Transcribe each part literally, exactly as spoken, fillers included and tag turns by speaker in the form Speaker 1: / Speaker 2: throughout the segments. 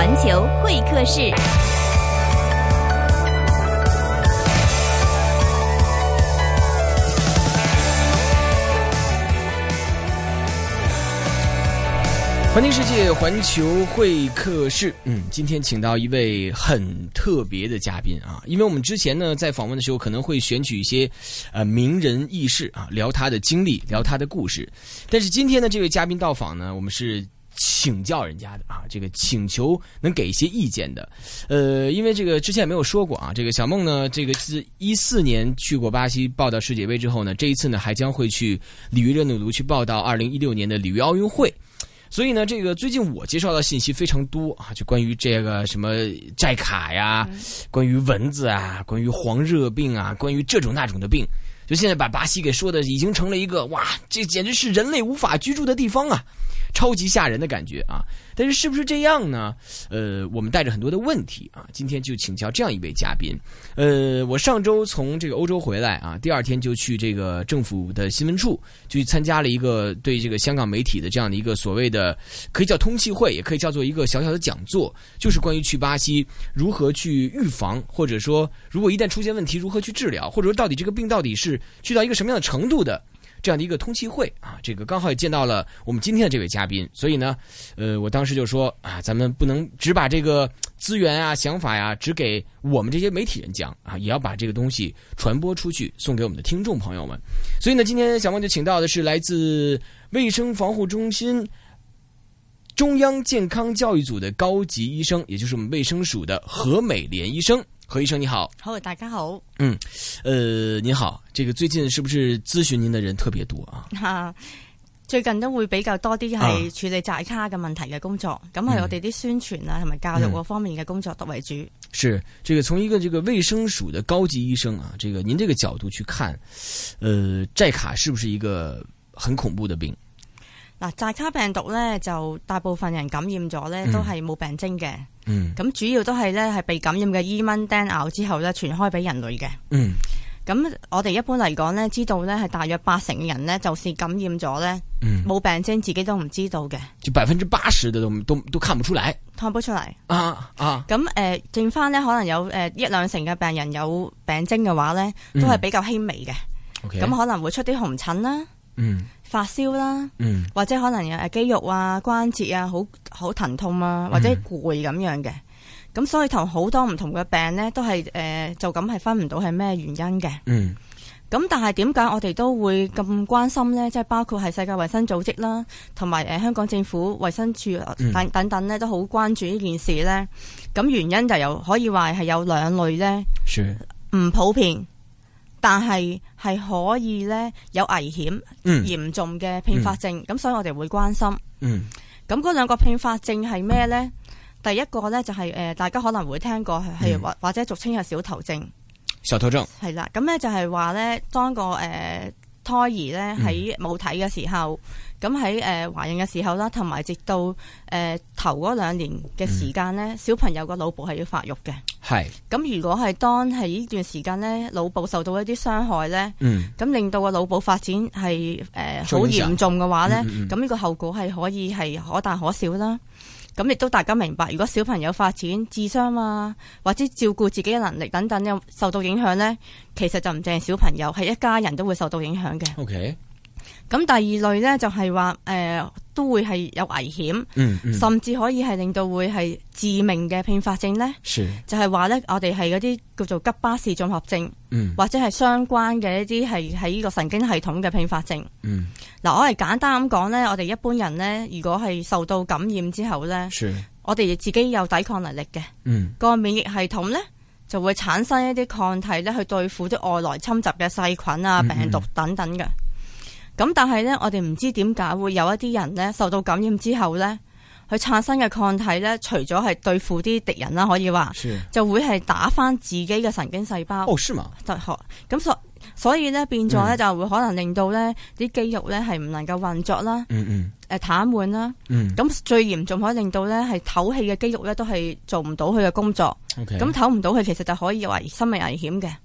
Speaker 1: 環球會客室。
Speaker 2: 环听世界，环球会客室。嗯，今天请到一位很特别的嘉宾啊，因为我们之前呢在访问的时候可能会选取一些呃名人轶事啊，聊他的经历，聊他的故事。但是今天的这位嘉宾到访呢，我们是请教人家的啊，这个请求能给一些意见的。呃，因为这个之前也没有说过啊，这个小梦呢，这个是一四年去过巴西报道世界杯之后呢，这一次呢还将会去里约热内卢去报道二零一六年的里约奥运会。所以呢，这个最近我接受到信息非常多啊，就关于这个什么寨卡呀，关于蚊子啊，关于黄热病啊，关于这种那种的病，就现在把巴西给说的已经成了一个哇，这简直是人类无法居住的地方啊，超级吓人的感觉啊。但是是不是这样呢？呃，我们带着很多的问题啊，今天就请教这样一位嘉宾。呃，我上周从这个欧洲回来啊，第二天就去这个政府的新闻处，就去参加了一个对这个香港媒体的这样的一个所谓的，可以叫通气会，也可以叫做一个小小的讲座，就是关于去巴西如何去预防，或者说如果一旦出现问题如何去治疗，或者说到底这个病到底是去到一个什么样的程度的。这样的一个通气会啊，这个刚好也见到了我们今天的这位嘉宾，所以呢，呃，我当时就说啊，咱们不能只把这个资源啊、想法呀、啊，只给我们这些媒体人讲啊，也要把这个东西传播出去，送给我们的听众朋友们。所以呢，今天小梦就请到的是来自卫生防护中心中央健康教育组的高级医生，也就是我们卫生署的何美莲医生。何醫生你好。
Speaker 3: 好，大家好。
Speaker 2: 嗯，呃，您好，這個最近是不是諮詢您的人特別多啊？
Speaker 3: 啊，最近都會比較多啲係處理寨卡嘅問題嘅工作，咁係、啊、我哋啲宣傳啊同埋教育嗰方面嘅工作都為主。
Speaker 2: 是，這個從一個這個衛生署的高級醫生啊，這個您這個角度去看，呃，寨卡是不是一個很恐怖的病？
Speaker 3: 嗱，寨卡病毒咧就大部分人感染咗咧都係冇病徵嘅。嗯，咁主要都係咧係被感染嘅伊蚊叮咬之後咧傳開俾人類嘅。嗯，咁我哋一般嚟講咧知道咧係大約八成嘅人咧就算感染咗咧，嗯，冇病徵自己都唔知道嘅。就百分之八十的都都都看不出來，看不出嚟啊啊！咁誒、呃，剩翻咧可能有誒、呃、一兩成嘅病人有病徵嘅話咧，都係比較輕微嘅。OK，咁可能會出啲紅疹啦。嗯。發燒啦，嗯，或者可能有肌肉啊、關節啊，好好疼痛啊，或者攰咁樣嘅，咁、嗯、所以同好多唔同嘅病咧，都係誒、呃、就咁係分唔到係咩原因嘅。嗯，咁但係點解我哋都會咁關心咧？即係包括係世界衛生組織啦，同埋誒香港政府衛生署等等等咧，都好關注呢件事咧。咁原因就有可以話係有兩類咧，唔普遍。但係係可以咧有危險、嗯、嚴重嘅併發症，咁、嗯、所以我哋會關心。嗯，咁嗰兩個併發症係咩咧？第一個咧就係、是、誒、呃，大家可能會聽過係或、嗯、或者俗稱係小頭症。小頭症係啦，咁咧就係話咧，當個誒、呃、胎兒咧喺母體嘅時候。嗯咁喺誒懷孕嘅時候啦，同埋直到誒、呃、頭嗰兩年嘅時間咧，嗯、小朋友個腦部係要發育嘅。係。咁如果係當係呢段時間咧，腦部受到一啲傷害咧，咁、嗯、令到個腦部發展係誒好嚴重嘅話咧，咁呢、嗯嗯、個後果係可以係可大可小啦。咁亦都大家明白，如果小朋友發展智商啊，或者照顧自己嘅能力等等有受到影響咧，其實就唔淨係小朋友，係一家人都會受到影響嘅。OK。咁第二類咧就係話誒都會係有危險，嗯嗯、甚至可以係令到會係致命嘅併發症咧，是就係話咧我哋係嗰啲叫做吉巴氏綜合症，嗯、或者係相關嘅一啲係喺呢個神經系統嘅併發症。嗱、嗯，我係簡單咁講咧，我哋一般人咧，如果係受到感染之後咧，是我哋自己有抵抗能力嘅，嗯、個免疫系統咧就會產生一啲抗體咧去對付啲外來侵襲嘅細菌啊、病毒等等嘅。咁但係咧，我哋唔知點解會有一啲人咧受到感染之後咧，佢產生嘅抗體咧，除咗係對付啲敵人啦，可以話，就會係打返自己嘅神經細胞。哦，是嗎？就學咁所所以咧變咗咧就會可能令到咧啲肌肉咧係唔能夠運作啦，嗯嗯，誒癱瘓啦，嗯，咁最嚴重可以令到咧係唞氣嘅肌肉咧都係做唔到佢嘅工作。OK，咁唞唔到佢其實就可以有危生命危險嘅。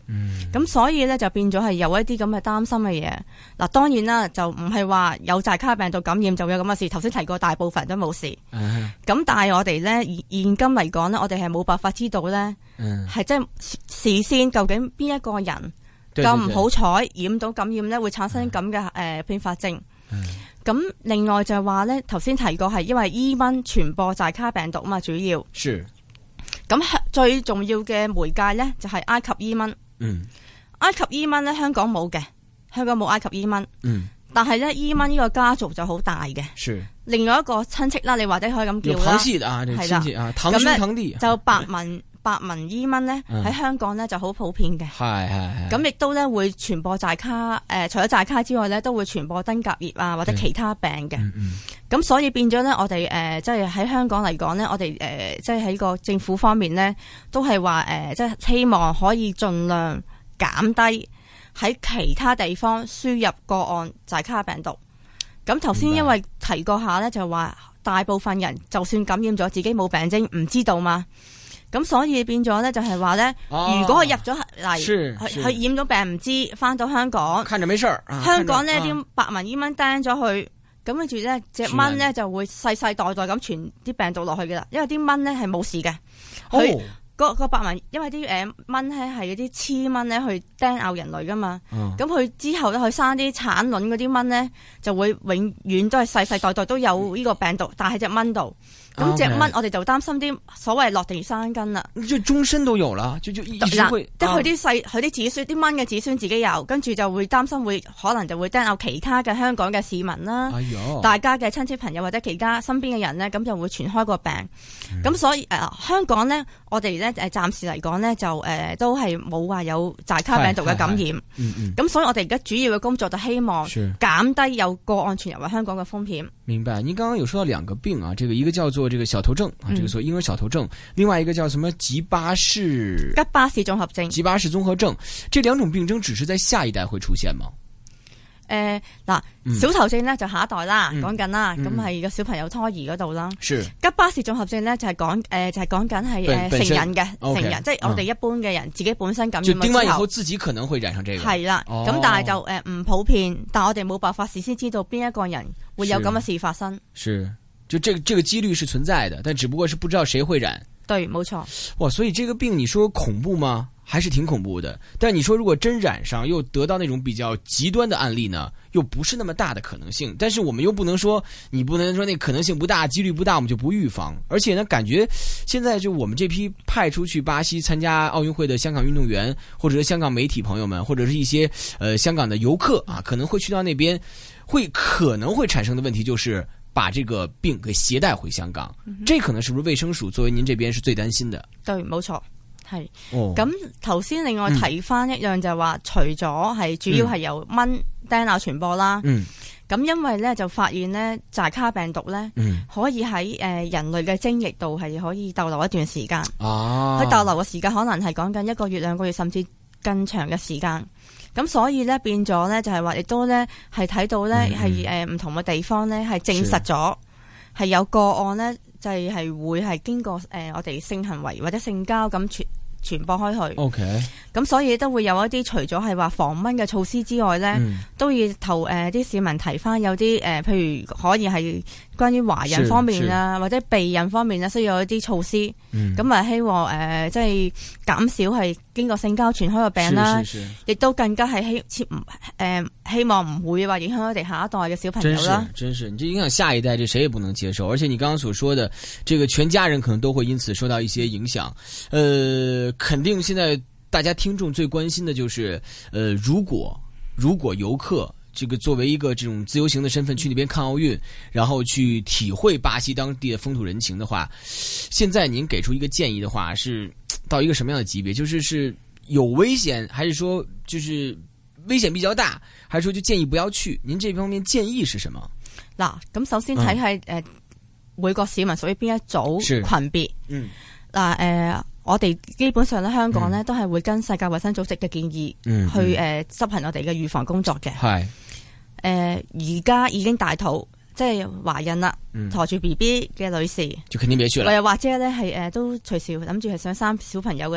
Speaker 3: 嗯，咁所以咧就變咗係有一啲咁嘅擔心嘅嘢。嗱，當然啦，就唔係話有寨卡病毒感染就有咁嘅事。頭先提過，大部分都冇事。咁、嗯、但係我哋咧現今嚟講咧，我哋係冇辦法知道咧，係即係事先究竟邊一個人咁唔好彩染到感染咧，會產生咁嘅誒併發症。咁、嗯、另外就係話咧，頭先提過係因為伊蚊傳播寨卡病毒啊嘛，主要是咁最重要嘅媒介咧就係埃及伊蚊。嗯，埃及伊蚊咧香港冇嘅，香港冇埃及伊蚊。嗯，但係咧伊蚊呢個家族就好大嘅。是，另外一個親戚啦，你或者可以咁叫啦。有旁系的啊，這個親戚啊，堂兄堂弟。就白紋白紋伊蚊咧喺香港咧就好普遍嘅。係係係。咁亦都咧會傳播寨卡，誒、呃，除咗寨卡之外咧，都會傳播登革熱啊或者其他病嘅。嗯嗯。咁所以變咗咧，我哋誒即係喺香港嚟講咧，我哋誒即係喺個政府方面咧，都係話誒即係希望可以盡量減低喺其他地方輸入個案寨卡病毒。咁頭先因為提過下咧，就話大部分人就算感染咗，自己冇病徵，唔知道嘛。咁所以變咗咧，就係話咧，如果佢入咗嚟，佢佢染咗病唔知，翻到香港，看着沒事兒，啊、香港呢啲、啊、白紋伊蚊叮咗去。咁跟住咧，隻蚊咧就會世世代代咁傳啲病毒落去嘅啦。因為啲蚊咧係冇事嘅，佢個、哦、個白紋，因為啲誒蚊咧係嗰啲黐蚊咧去叮咬人類噶嘛。咁佢、哦、之後咧，佢生啲產卵嗰啲蚊咧就會永遠都係世世代代都有呢個病毒，但係隻蚊度。咁隻蚊我哋就擔心啲所謂落地生根啦，就終身都有啦，就就一直會，即係佢啲細佢啲子孫啲蚊嘅子孫自己有，跟住就會擔心會可能就會叮咬其他嘅香港嘅市民啦，哎、大家嘅親戚朋友或者其他身邊嘅人咧，咁就會傳開個病。咁、嗯、所以誒、呃、香港咧，我哋咧誒暫時嚟講咧就誒、呃、都係冇話有寨卡病毒嘅感染。咁、嗯嗯、所以我哋而家主要嘅工作就希望減低有個案傳入嚟香港嘅風險。
Speaker 2: 明白。您剛剛有說到兩個病啊，這個一個叫做這個小頭症啊，這個所謂嬰兒小頭症，嗯、另外一個叫什麼吉巴氏
Speaker 3: 吉巴氏綜合症。
Speaker 2: 吉巴氏綜合症，這兩種病徵只是在下一代會出現嗎？
Speaker 3: 誒，嗱，小頭症咧就下一代啦，講緊啦，咁係個小朋友胎兒嗰度啦。是吉巴氏綜合症咧就係講誒就係講緊係誒成人嘅成人，即係我哋一般嘅人自己本身感染咗之後，就叮完以後自己可能會染上這個。係啦，咁但係就誒唔普遍，但係我哋冇辦法事先知道邊一個人會有咁嘅事發生。是，就這個這個幾率是存在的，但只不過是不知道誰會染。對，冇錯。
Speaker 2: 哇，所以這個病你說恐怖嗎？還是挺恐怖的，但你說如果真染上又得到那種比較極端的案例呢，又不是那麼大的可能性。但是我們又不能說，你不能說那可能性不大，幾率不大，我們就不預防。而且呢，感覺現在就我們這批派出去巴西參加奧運會的香港運動員，或者是香港媒體朋友們，或者是一些呃香港的遊客啊，可能會去到那邊，會可能會產生的問題就是把這個病給攜帶回香港。嗯、這可能是不是衛生署作為您這邊是最擔心的？
Speaker 3: 對，冇錯。係，咁頭先另外提翻一樣就係話，嗯、除咗係主要係由蚊叮咬傳播啦，咁、嗯、因為咧就發現咧寨卡病毒咧、嗯、可以喺誒人類嘅精液度係可以逗留一段時間，佢、啊、逗留嘅時間可能係講緊一個月、兩個月甚至更長嘅時間，咁所以咧變咗咧就係話亦都咧係睇到咧係誒唔同嘅地方咧係證實咗係有個案咧就係係會係經過誒、呃、我哋性行為或者性交咁傳傳播開去。OK， 咁所以都會有一啲除咗係話防蚊嘅措施之外咧，嗯、都要投誒啲、呃、市民提翻有啲誒、呃，譬如可以係關於懷孕方面啊，或者避孕方面咧，需要一啲措施。咁啊、嗯，希望誒、呃、即係減少係經過性交傳開嘅病啦，亦都更加係希唔誒希望唔會話影響我哋下一代嘅小朋友啦。
Speaker 2: 真是，真是，你這影響下一代，這誰也不能接受。而且你剛剛所說的，這個全家人可能都會因此受到一些影響。呃。肯定現在大家聽眾最關心的就是，呃，如果如果遊客這個作為一個這種自由行的身份去那邊看奧運，然後去體會巴西當地的風土人情的話，現在您給出一個建議的話，是到一個什麼樣的級別？就是是有危險，還是說就是危險比較大，還是說就建議不要去？您這方面建議是什麼？
Speaker 3: 嗱，咁首先睇下誒每個市民屬於邊一組群別，嗯，嗱誒。呃我哋基本上咧，香港咧、嗯、都係會跟世界衛生組織嘅建議、嗯、去誒、呃、執行我哋嘅預防工作嘅。係誒而家已經大肚，即係懷孕啦，陀住 B B 嘅女士，就肯定別去啦。又或者咧係誒都隨時諗住係想生小朋友嘅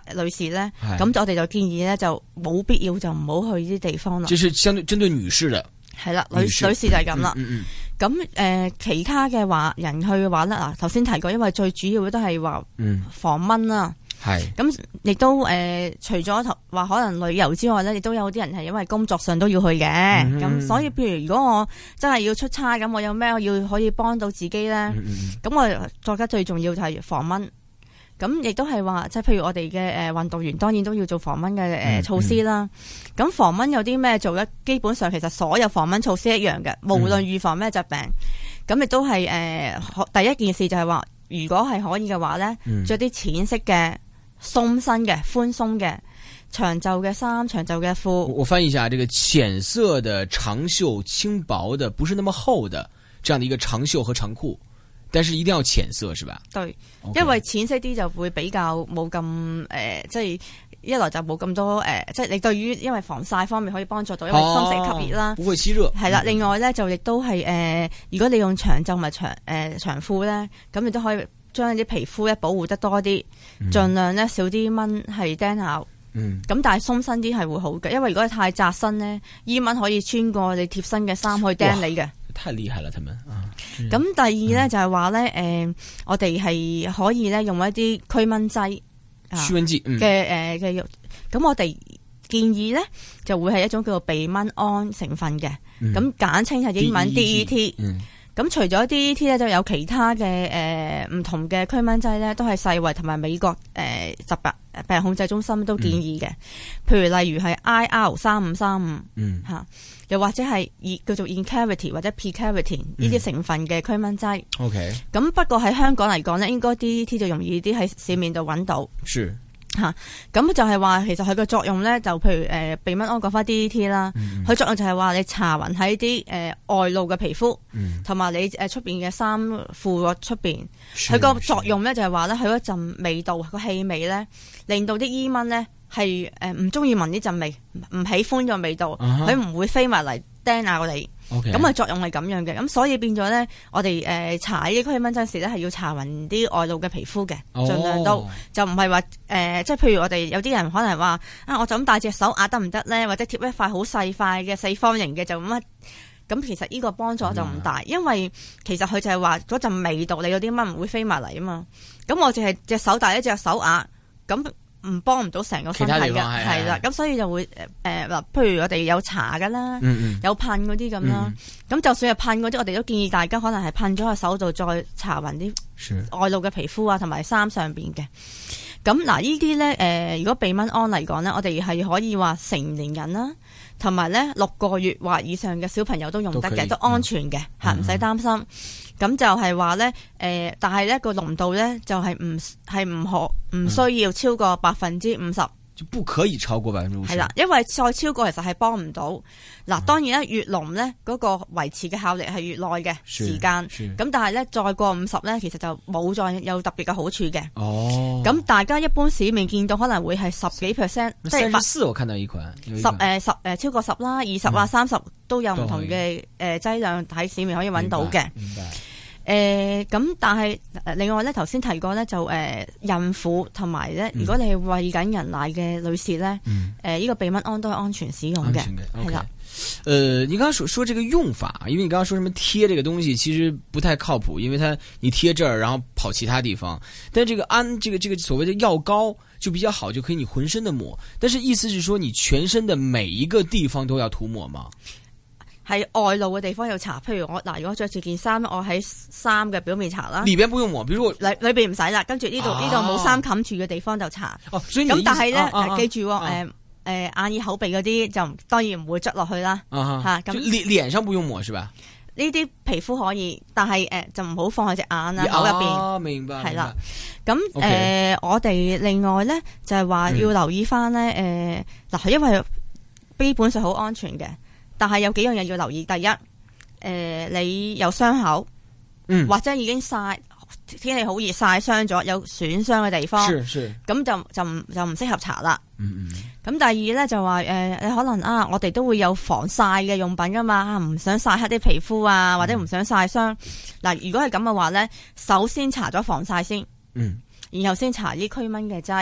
Speaker 3: 女士咧，咁我哋就建議咧就冇必要就唔好去呢啲地方啦。
Speaker 2: 即係相對針對女士嘅，
Speaker 3: 係啦，女女士就係咁啦。咁、嗯、誒、嗯呃，其他嘅話人去嘅話咧，嗱頭先提過，因為最主要都係話防蚊啦。係、嗯，咁亦都誒、呃，除咗話可能旅遊之外咧，亦都有啲人係因為工作上都要去嘅。咁、嗯、所以，譬如如果我真係要出差，咁我有咩要可以幫到自己咧？咁、嗯、我作家最重要就係防蚊。咁亦都係話，即係譬如我哋嘅誒運動員，當然都要做防蚊嘅誒、呃、措施啦。咁、嗯、防蚊有啲咩做咧？基本上其實所有防蚊措施一樣嘅，無論預防咩疾病。咁、嗯、亦都係誒、呃，第一件事就係話，如果係可以嘅話咧，着啲淺色嘅。鬆身嘅、寬鬆嘅、長袖嘅衫、長袖嘅褲。
Speaker 2: 我翻譯一下，這個淺色的長袖、輕薄的、不是那麼厚的，這樣的一個長袖和長褲，但是一定要淺色，是吧？
Speaker 3: 對， okay. 因為淺色啲就會比較冇咁誒，即係一來就冇咁多誒、呃，即係你對於因為防曬方面可以幫助到，因為深色吸熱啦，不會吸熱。係啦，另外咧就亦都係誒、呃，如果你用長袖咪長誒、呃、長褲咧，咁你都可以。將啲皮膚咧保護得多啲，盡、嗯、量咧少啲蚊係叮咬。嗯，咁但係鬆身啲係會好嘅，因為如果你太窄身咧，衣蚊可以穿過你貼身嘅衫去叮你嘅。
Speaker 2: 太厲害啦，佢們啊！
Speaker 3: 咁第二咧、嗯、就係話咧，誒、呃，我哋係可以咧用一啲驅蚊劑，驅蚊劑嘅誒嘅藥。咁、呃、我哋建議咧就會係一種叫做避蚊胺成分嘅，咁、嗯、簡稱係英文 D E T。咁除咗 D E T 咧，就有其他嘅誒唔同嘅驅蚊劑咧，都係世衛同埋美國誒、呃、疾病病控制中心都建議嘅、嗯。譬如例如係 I R 三五三五，嗯吓，又或者係叫做 Encavity 或者 Picavitin 呢啲成分嘅驅蚊劑。OK。咁不過喺香港嚟講咧，應該 D E T 就容易啲喺市面度揾到。是。吓、啊，咁就係話，其實佢個作用咧，就譬如誒，避蚊胺講翻 D E T 啦，佢、嗯、作用就係話你搽勻喺啲誒外露嘅皮膚，同、嗯、埋你誒出邊嘅衫褲出邊，佢個作用咧就係話咧，佢嗰陣味道個氣味咧，令到啲衣蚊咧係誒唔中意聞呢陣味，唔喜歡個味道，佢、uh-huh. 唔會飛埋嚟叮下我哋。咁、okay. 啊作用係咁樣嘅，咁所以變咗咧，我哋誒搽呢啲驅蚊劑時咧係要搽勻啲外露嘅皮膚嘅，盡、oh. 量都就唔係話誒，即係譬如我哋有啲人可能話啊，我就咁戴隻手壓得唔得咧，或者貼一塊好細塊嘅四方形嘅就乜，咁其實呢個幫助就唔大，mm. 因為其實佢就係話嗰陣味道，你嗰啲蚊唔會飛埋嚟啊嘛，咁我淨係隻手戴一隻手壓咁。唔幫唔到成個身體嘅，係啦，咁所以就會誒誒嗱，譬如我哋有搽噶啦，嗯嗯有噴嗰啲咁啦，咁、嗯、就算係噴嗰啲，我哋都建議大家可能係噴咗個手度，再搽勻啲外露嘅皮膚啊，同埋衫上邊嘅。咁嗱，呢啲咧誒，如果避蚊胺嚟講咧，我哋係可以話成年人啦，同埋咧六個月或以上嘅小朋友都用得嘅，都安全嘅吓，唔使擔心。咁就係話咧，誒、呃，但係咧個濃度咧就係唔係唔可唔需要超過百分之五十，
Speaker 2: 就不可以超過百分之五十。係
Speaker 3: 啦，因為再超過其實係幫唔到。嗱、嗯，當然咧越濃咧嗰個維持嘅效力係越耐嘅時間。咁但係咧再過五十咧，其實就冇再有特別嘅好處嘅。哦。咁大家一般市面見到可能會係十幾 percent， 即係十四我看到一款，十誒十誒超過十啦，二十啊三十都有唔同嘅誒劑量喺市面可以揾到嘅。明白。誒、呃，咁但係另外咧，頭先提過咧，就誒、呃、孕婦同埋咧，如果你係餵緊人奶嘅女士咧，誒、嗯、呢、呃這個避蚊胺都係安全使用嘅，係啦。
Speaker 2: 誒、呃，你剛剛說說這個用法，因為你剛剛說什麼貼這個東西，其實不太靠譜，因為它你貼這兒，然後跑其他地方。但這個胺，這個這個所謂的藥膏就比較好，就可以你渾身的抹。但是意思是說，你全身的每一個地方都要塗抹嗎？
Speaker 3: 係外露嘅地方要搽，譬如我嗱，如果着住件衫，我喺衫嘅表面搽啦。
Speaker 2: 裏邊不用抹，比如我
Speaker 3: 裏裏邊唔使啦，跟住呢度呢度冇衫冚住嘅地方就搽。哦，所以咁但係咧、啊啊，記住誒誒、啊呃、眼耳口鼻嗰啲就當然唔會捽落去啦。吓、啊、咁，臉臉上不用抹是吧？呢啲皮膚可以，但係誒、呃、就唔好放喺隻眼啊口入邊。哦，明白。係啦，咁誒、okay. 呃、我哋另外咧就係、是、話要留意翻咧誒嗱，因為基本上好安全嘅。但係有幾樣嘢要留意，第一，誒、呃，你有傷口，嗯，或者已經曬，天氣好熱曬傷咗，有損傷嘅地方，咁就就唔就唔適合搽啦。嗯嗯。咁第二咧就話，誒、呃，你可能啊，我哋都會有防曬嘅用品噶嘛，唔想曬黑啲皮膚啊，或者唔想曬傷。嗱、嗯，如果係咁嘅話咧，首先搽咗防曬先，嗯，然後先搽啲驅蚊嘅劑。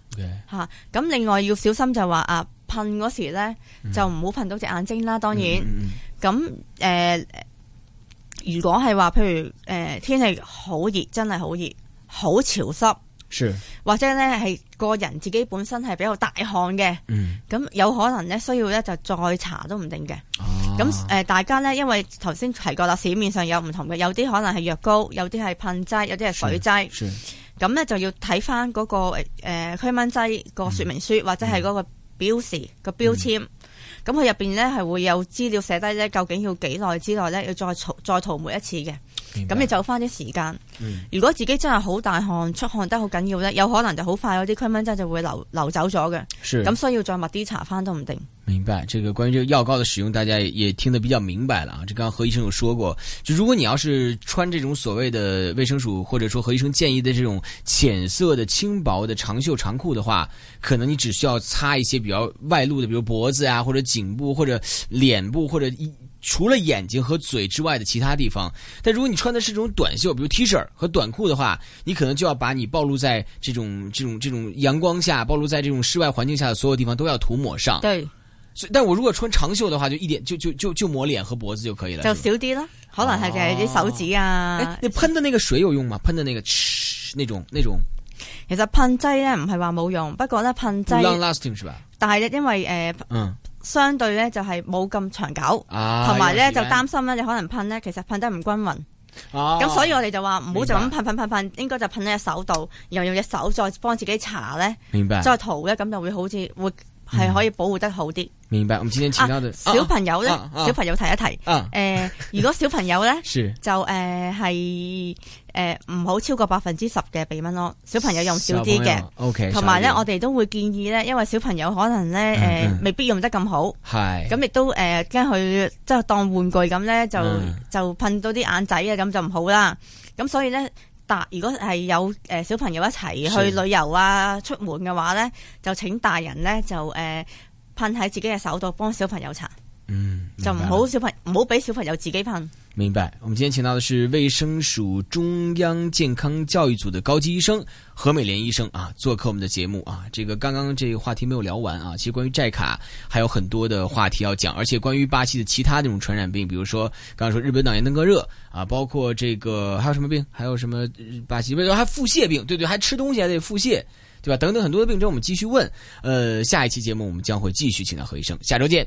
Speaker 3: 吓、okay. 咁、啊、另外要小心就話啊，噴嗰時咧、嗯、就唔好噴到隻眼睛啦。當然，咁誒、嗯呃，如果係話譬如誒、呃、天氣好熱，真係好熱，好潮濕。是或者咧係個人自己本身係比較大汗嘅，咁、嗯、有可能咧需要咧就再搽都唔定嘅。咁、啊、誒、呃，大家咧因為頭先提過啦，市面上有唔同嘅，有啲可能係藥膏，有啲係噴劑，有啲係水劑。咁咧就要睇翻嗰個誒驅蚊劑個說明書、嗯、或者係嗰個標示個、嗯、標籤。咁佢入邊咧係會有資料寫低咧，究竟要幾耐之內咧要再塗再塗抹一次嘅。咁你就花啲時間、嗯。如果自己真係好大汗，出汗得好緊要咧，有可能就好快有啲驅蚊劑就會流流走咗嘅。咁需要再密啲搽翻都唔定。
Speaker 2: 明白，這個關於這個藥膏的使用，大家也聽得比較明白了啊。這剛剛何醫生有說過，就如果你要是穿這種所謂的衛生署或者說何醫生建議的這種淺色的輕薄的長袖長褲的話，可能你只需要擦一些比較外露的，比如脖子啊，或者頸部或者臉部或者一。除了眼睛和嘴之外的其他地方，但如果你穿的是這種短袖，比如 T 恤和短褲的話，你可能就要把你暴露在這種這種這種陽光下，暴露在這種室外環境下的所有地方都要塗抹上。
Speaker 3: 對，
Speaker 2: 所以但我如果穿長袖的話，就一點就就就就抹臉和脖子就可以了，
Speaker 3: 就少啲啦。可能係嘅啲手指啊。
Speaker 2: 誒，你噴的那個水有用嗎？噴的那個噓那種那種。
Speaker 3: 其實噴劑咧唔係話冇用，不過咧噴劑
Speaker 2: long lasting 是吧？但
Speaker 3: 係因為誒、呃、嗯。相對咧就係冇咁長久，同埋咧就擔心咧你可能噴咧，其實噴得唔均勻，咁、啊、所以我哋就話唔好就咁噴噴噴噴，應該就噴喺隻手度，然後用隻手再幫自己搽咧，明白，再塗咧，咁就會好似會係可以保護得好啲。
Speaker 2: 明白，我們今天請到的、
Speaker 3: 啊、小朋友咧、
Speaker 2: 啊啊，
Speaker 3: 小朋友提一提，誒、啊呃，如果小朋友咧，就誒係誒唔好超過百分之十嘅鼻蚊咯，小朋友用少啲嘅，OK，同埋咧我哋都會建議咧，因為小朋友可能咧誒、嗯呃、未必用得咁好，係、嗯，咁亦都誒驚佢即係當玩具咁咧，就、嗯、就噴到啲眼仔啊，咁就唔好啦，咁所以咧。大如果係有誒小朋友一齊去旅遊啊出門嘅話咧，就請大人咧就誒噴喺自己嘅手度幫小朋友搽，嗯，就唔好小朋唔好俾小朋友自己噴。
Speaker 2: 明白。我們今天請到的是衛生署中央健康教育組的高級醫生何美蓮醫生啊，做客我們的節目啊。這個剛剛這個話題沒有聊完啊，其實關於寨卡還有很多的話題要講，而且關於巴西的其他這種傳染病，比如說剛剛說日本腦炎登革熱啊，包括這個還有什麼病？還有什麼巴西？還腹瀉病？對對，還吃東西還得腹瀉，對吧？等等很多的病症，我們繼續問。呃，下一期節目我們將會繼續請到何醫生，下周見。